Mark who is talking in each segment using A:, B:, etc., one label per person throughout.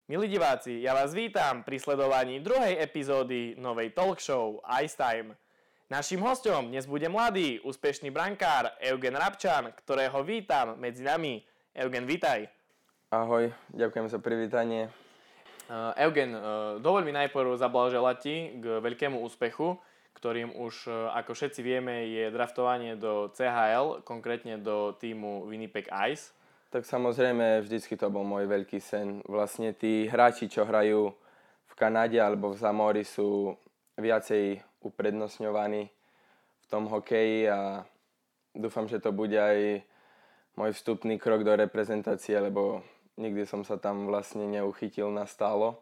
A: Milí diváci, ja vás vítam pri sledovaní druhej epizódy novej talk show Ice Time. Naším hosťom dnes bude mladý, úspešný brankár Eugen Rabčan, ktorého vítam medzi nami. Eugen, vítaj.
B: Ahoj, ďakujem za privítanie.
A: Eugen, dovoľ mi najprv zablahoželať ti k veľkému úspechu, ktorým už, ako všetci vieme, je draftovanie do CHL, konkrétne do týmu Winnipeg Ice.
B: Tak samozrejme, vždycky to bol môj veľký sen. Vlastne tí hráči, čo hrajú v Kanade alebo v Zamori, sú viacej uprednostňovaní v tom hokeji a dúfam, že to bude aj môj vstupný krok do reprezentácie, lebo nikdy som sa tam vlastne neuchytil na stálo.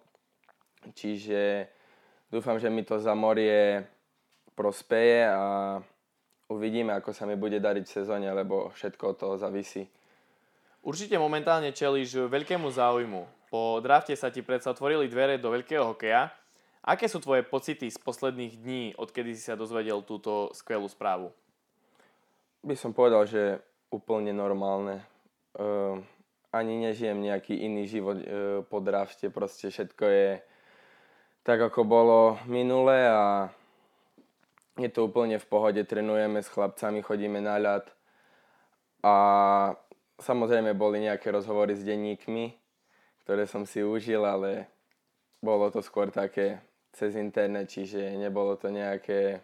B: Čiže dúfam, že mi to Zamorie prospeje a uvidíme, ako sa mi bude dariť v sezóne, lebo všetko od toho závisí.
A: Určite momentálne čelíš veľkému záujmu. Po drafte sa ti predsa otvorili dvere do veľkého hokeja. Aké sú tvoje pocity z posledných dní, odkedy si sa dozvedel túto skvelú správu?
B: By som povedal, že úplne normálne. Ani nežijem nejaký iný život po drafte. Proste všetko je tak, ako bolo minule a je to úplne v pohode. Trenujeme s chlapcami, chodíme na ľad a samozrejme boli nejaké rozhovory s denníkmi, ktoré som si užil, ale bolo to skôr také cez internet, čiže nebolo to nejaké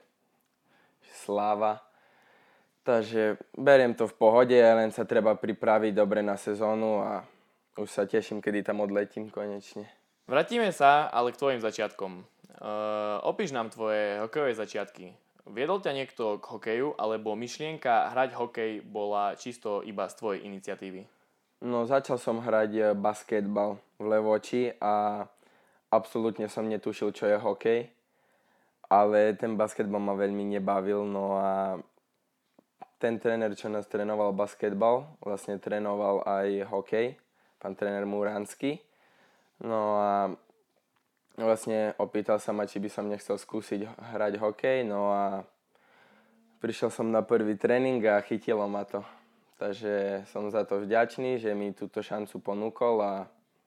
B: sláva. Takže beriem to v pohode, len sa treba pripraviť dobre na sezónu a už sa teším, kedy tam odletím konečne.
A: Vrátime sa ale k tvojim začiatkom. Opíš nám tvoje hokejové začiatky. Viedol ťa niekto k hokeju, alebo myšlienka hrať hokej bola čisto iba z tvojej iniciatívy?
B: No, začal som hrať basketbal v Levoči a absolútne som netušil, čo je hokej. Ale ten basketbal ma veľmi nebavil, no a ten tréner, čo nás trénoval basketbal, vlastne trénoval aj hokej, pán tréner Muránsky. No a vlastne opýtal sa ma, či by som nechcel skúsiť hrať hokej, no a prišiel som na prvý tréning a chytilo ma to. Takže som za to vďačný, že mi túto šancu ponúkol a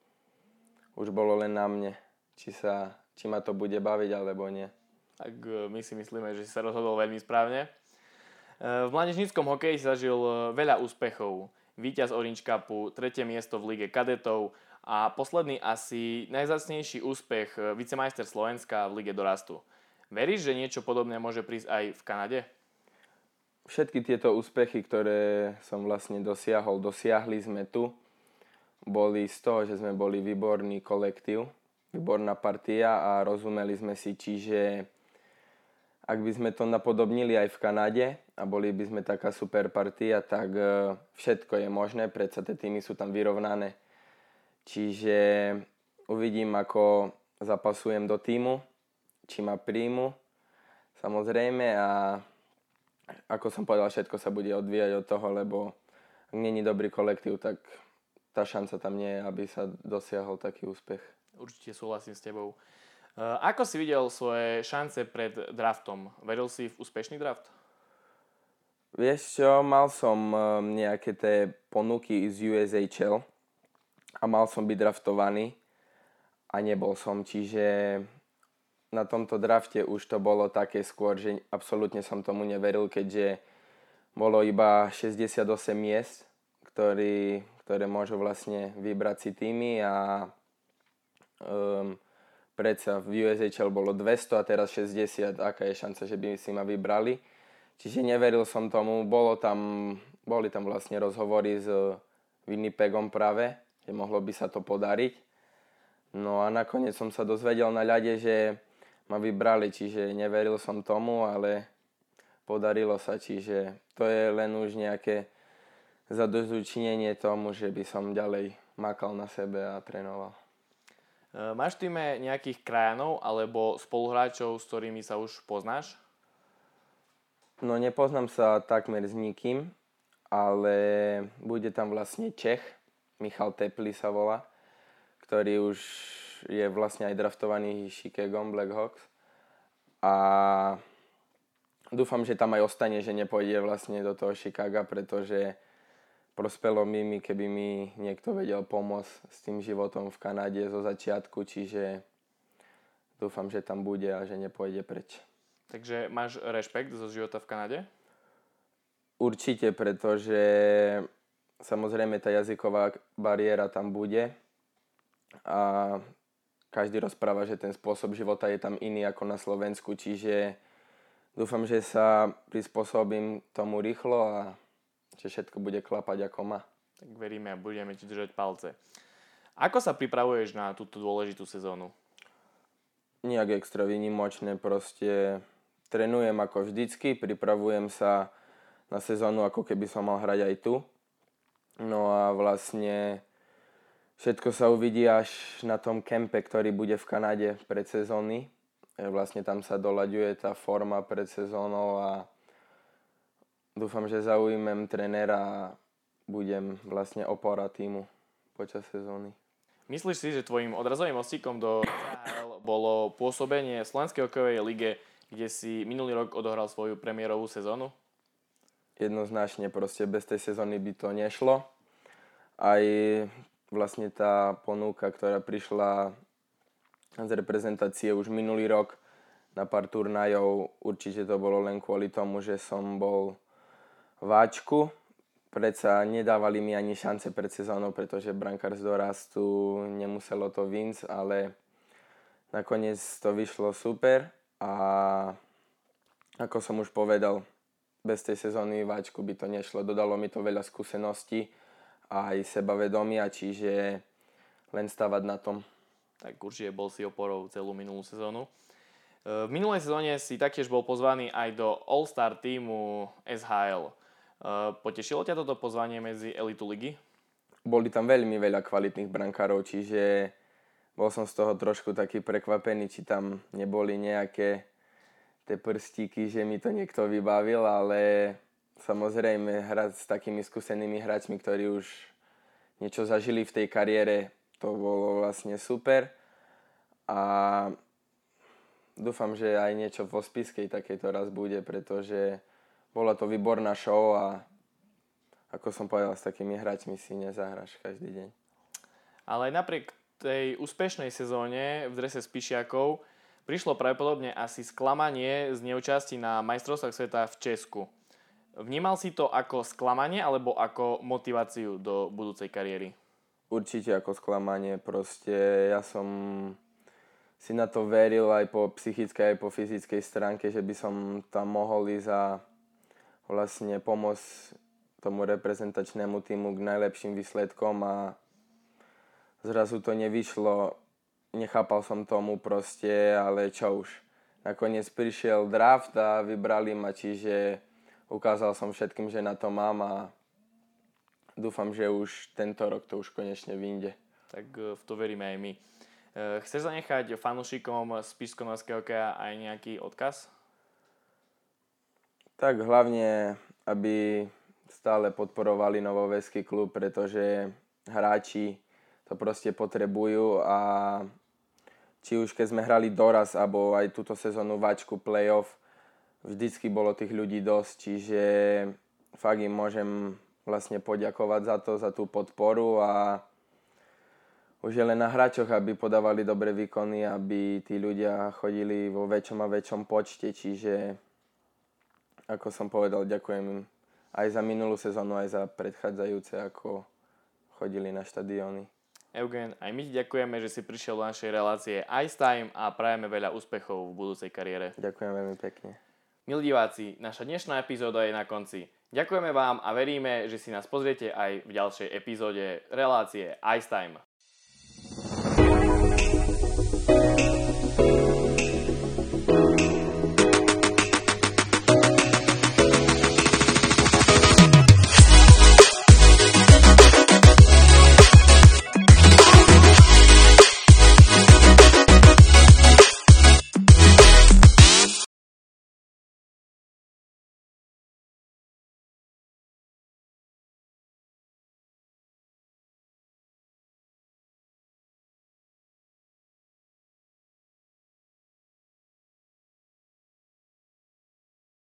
B: už bolo len na mne, či ma to bude baviť alebo nie.
A: Tak my si myslíme, že si sa rozhodol veľmi správne. V mládežníckom hokeji si zažil veľa úspechov. Víťaz Orange Cupu, 3. miesto v lige kadetov a posledný asi najvzácnejší úspech vicemajster Slovenska v lige dorastu. Veríš, že niečo podobné môže prísť aj v Kanade?
B: Všetky tieto úspechy, ktoré som vlastne dosiahli sme tu, boli z toho, že sme boli výborný kolektív, výborná partia a rozumeli sme si, čiže ak by sme to napodobnili aj v Kanade a boli by sme taká super partia, tak všetko je možné, predsa tie týmy sú tam vyrovnané. Čiže uvidím, ako zapasujem do týmu, či ma príjmu, samozrejme, a ako som povedal, všetko sa bude odvíjať od toho, lebo ak nie je dobrý kolektív, tak tá šanca tam nie je, aby sa dosiahol taký úspech.
A: Určite súhlasím s tebou. Ako si videl svoje šance pred draftom? Veril si v úspešný draft?
B: Vieš čo, mal som nejaké tie ponuky z USHL a mal som byť draftovaný a nebol som, čiže na tomto drafte už to bolo také skôr, že absolútne som tomu neveril, keďže bolo iba 68 miest, ktoré môžu vlastne vybrať si týmy a predsa v USHL bolo 200 a teraz 60, aká je šanca, že by si ma vybrali. Čiže neveril som tomu, boli tam vlastne rozhovory s Winnipegom práve, že mohlo by sa to podariť. No a nakoniec som sa dozvedel na ľade, že ma vybrali, čiže neveril som tomu, ale podarilo sa, čiže to je len už nejaké zadozučinenie tomu, že by som ďalej makal na sebe a trénoval.
A: Máš v týme nejakých krajanov alebo spoluhráčov, s ktorými sa už poznáš?
B: No nepoznám sa takmer s nikým, ale bude tam vlastne Čech, Michal Teplý sa volá, ktorý už je vlastne aj draftovaný Chicagom Blackhawks. A dúfam, že tam aj ostane, že nepôjde vlastne do toho Chicaga, pretože prospelo mi, keby mi niekto vedel pomôcť s tým životom v Kanade zo začiatku, čiže dúfam, že tam bude a že nepôjde preč.
A: Takže máš rešpekt zo života v Kanade?
B: Určite, pretože samozrejme tá jazyková bariéra tam bude a každý rozpráva, že ten spôsob života je tam iný ako na Slovensku, čiže dúfam, že sa prispôsobím tomu rýchlo a že všetko bude klapať ako má.
A: Tak veríme a budeme ti držať palce. Ako sa pripravuješ na túto dôležitú sezónu?
B: Nijak extra výnimočné, proste trénujem ako vždycky, pripravujem sa na sezónu, ako keby som mal hrať aj tu. No a vlastne všetko sa uvidí až na tom kempe, ktorý bude v Kanade pred sezóny. Vlastne tam sa doľaďuje tá forma pred sezónou a dúfam, že zaujmem trénera a budem vlastne opora týmu počas sezóny.
A: Myslíš si, že tvojim odrazovým mostíkom do SHL bolo pôsobenie v Slovenskej hokejovej lige, kde si minulý rok odohral svoju premiérovú sezónu?
B: Jednoznačne, proste bez tej sezóny by to nešlo. Aj vlastne tá ponuka, ktorá prišla z reprezentácie už minulý rok na pár turnajov, určite to bolo len kvôli tomu, že som bol v Ačku. Predsa nedávali mi ani šance pred sezónou, pretože brankár z dorastu, nemuselo to Vince, ale nakoniec to vyšlo super a ako som už povedal, bez tej sezóny v Ačku by to nešlo. Dodalo mi to veľa skúseností a aj sebavedomia, čiže len stavať na tom.
A: Tak určite bol si oporou celú minulú sezónu. V minulej sezóne si taktiež bol pozvaný aj do All-Star týmu SHL. Potešilo ťa toto pozvanie medzi elitu ligy?
B: Boli tam veľmi veľa kvalitných brankárov, čiže bol som z toho trošku taký prekvapený, či tam neboli nejaké tie prstíky, že mi to niekto vybavil, ale samozrejme hrať s takými skúsenými hráčmi, ktorí už niečo zažili v tej kariére, to bolo vlastne super. A dúfam, že aj niečo vo Spišskej takejto raz bude, pretože bola to výborná show a ako som povedal, s takými hráčmi si nezahráš každý deň. Ale
A: aj napriek tej úspešnej sezóne v drese Spišiakov prišlo pravdepodobne asi sklamanie z neúčasti na majstrovstvách sveta v Česku. Vnímal si to ako sklamanie alebo ako motiváciu do budúcej kariéry?
B: Určite ako sklamanie. Proste ja som si na to veril aj po psychickej, aj po fyzickej stránke, že by som tam mohol ísť a vlastne pomôcť tomu reprezentačnému týmu k najlepším výsledkom a zrazu to nevyšlo. Nechápal som tomu proste, ale čo už. Nakoniec prišiel draft a vybrali ma, čiže ukázal som všetkým, že na to mám a dúfam, že už tento rok to už konečne vyjde.
A: Tak v to veríme aj my. Chceš zanechať fanúšikom spišsko-norského hokeja aj nejaký odkaz?
B: Tak hlavne, aby stále podporovali Novoveský klub, pretože hráči to proste potrebujú a či už keď sme hrali doraz, alebo aj túto sezónu váčku playoff, vždycky bolo tých ľudí dosť, čiže fakt im môžem vlastne poďakovať za tú podporu a už je len na hráčoch, aby podávali dobré výkony, aby tí ľudia chodili vo väčšom a väčšom počte, čiže ako som povedal, ďakujem im aj za minulú sezónu, aj za predchádzajúce, ako chodili na štadióny.
A: Eugen, aj my ti ďakujeme, že si prišiel do našej relácie Ice Time a prajeme veľa úspechov v budúcej kariére.
B: Ďakujem veľmi pekne.
A: Milí diváci, naša dnešná epizóda je na konci. Ďakujeme vám a veríme, že si nás pozriete aj v ďalšej epizóde relácie Ice Time.